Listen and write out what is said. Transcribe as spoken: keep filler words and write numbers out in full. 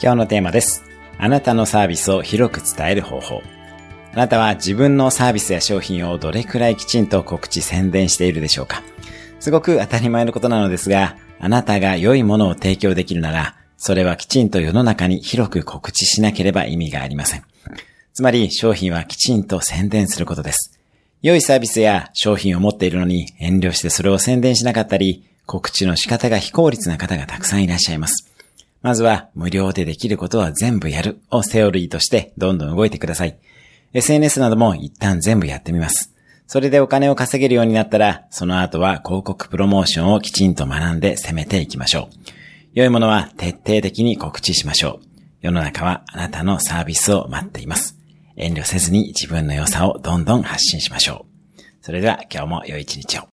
今日のテーマです。あなたのサービスを広く伝える方法。あなたは自分のサービスや商品をどれくらいきちんと告知宣伝しているでしょうか。すごく当たり前のことなのですが、あなたが良いものを提供できるなら、それはきちんと世の中に広く告知しなければ意味がありません。つまり商品はきちんと宣伝することです。良いサービスや商品を持っているのに遠慮してそれを宣伝しなかったり、告知の仕方が非効率な方がたくさんいらっしゃいます。まずは無料でできることは全部やるをセオリーとしてどんどん動いてください。エスエヌエス なども一旦全部やってみます。それでお金を稼げるようになったら、その後は広告プロモーションをきちんと学んで攻めていきましょう。良いものは徹底的に告知しましょう。世の中はあなたのサービスを待っています。遠慮せずに自分の良さをどんどん発信しましょう。それでは今日も良い一日を。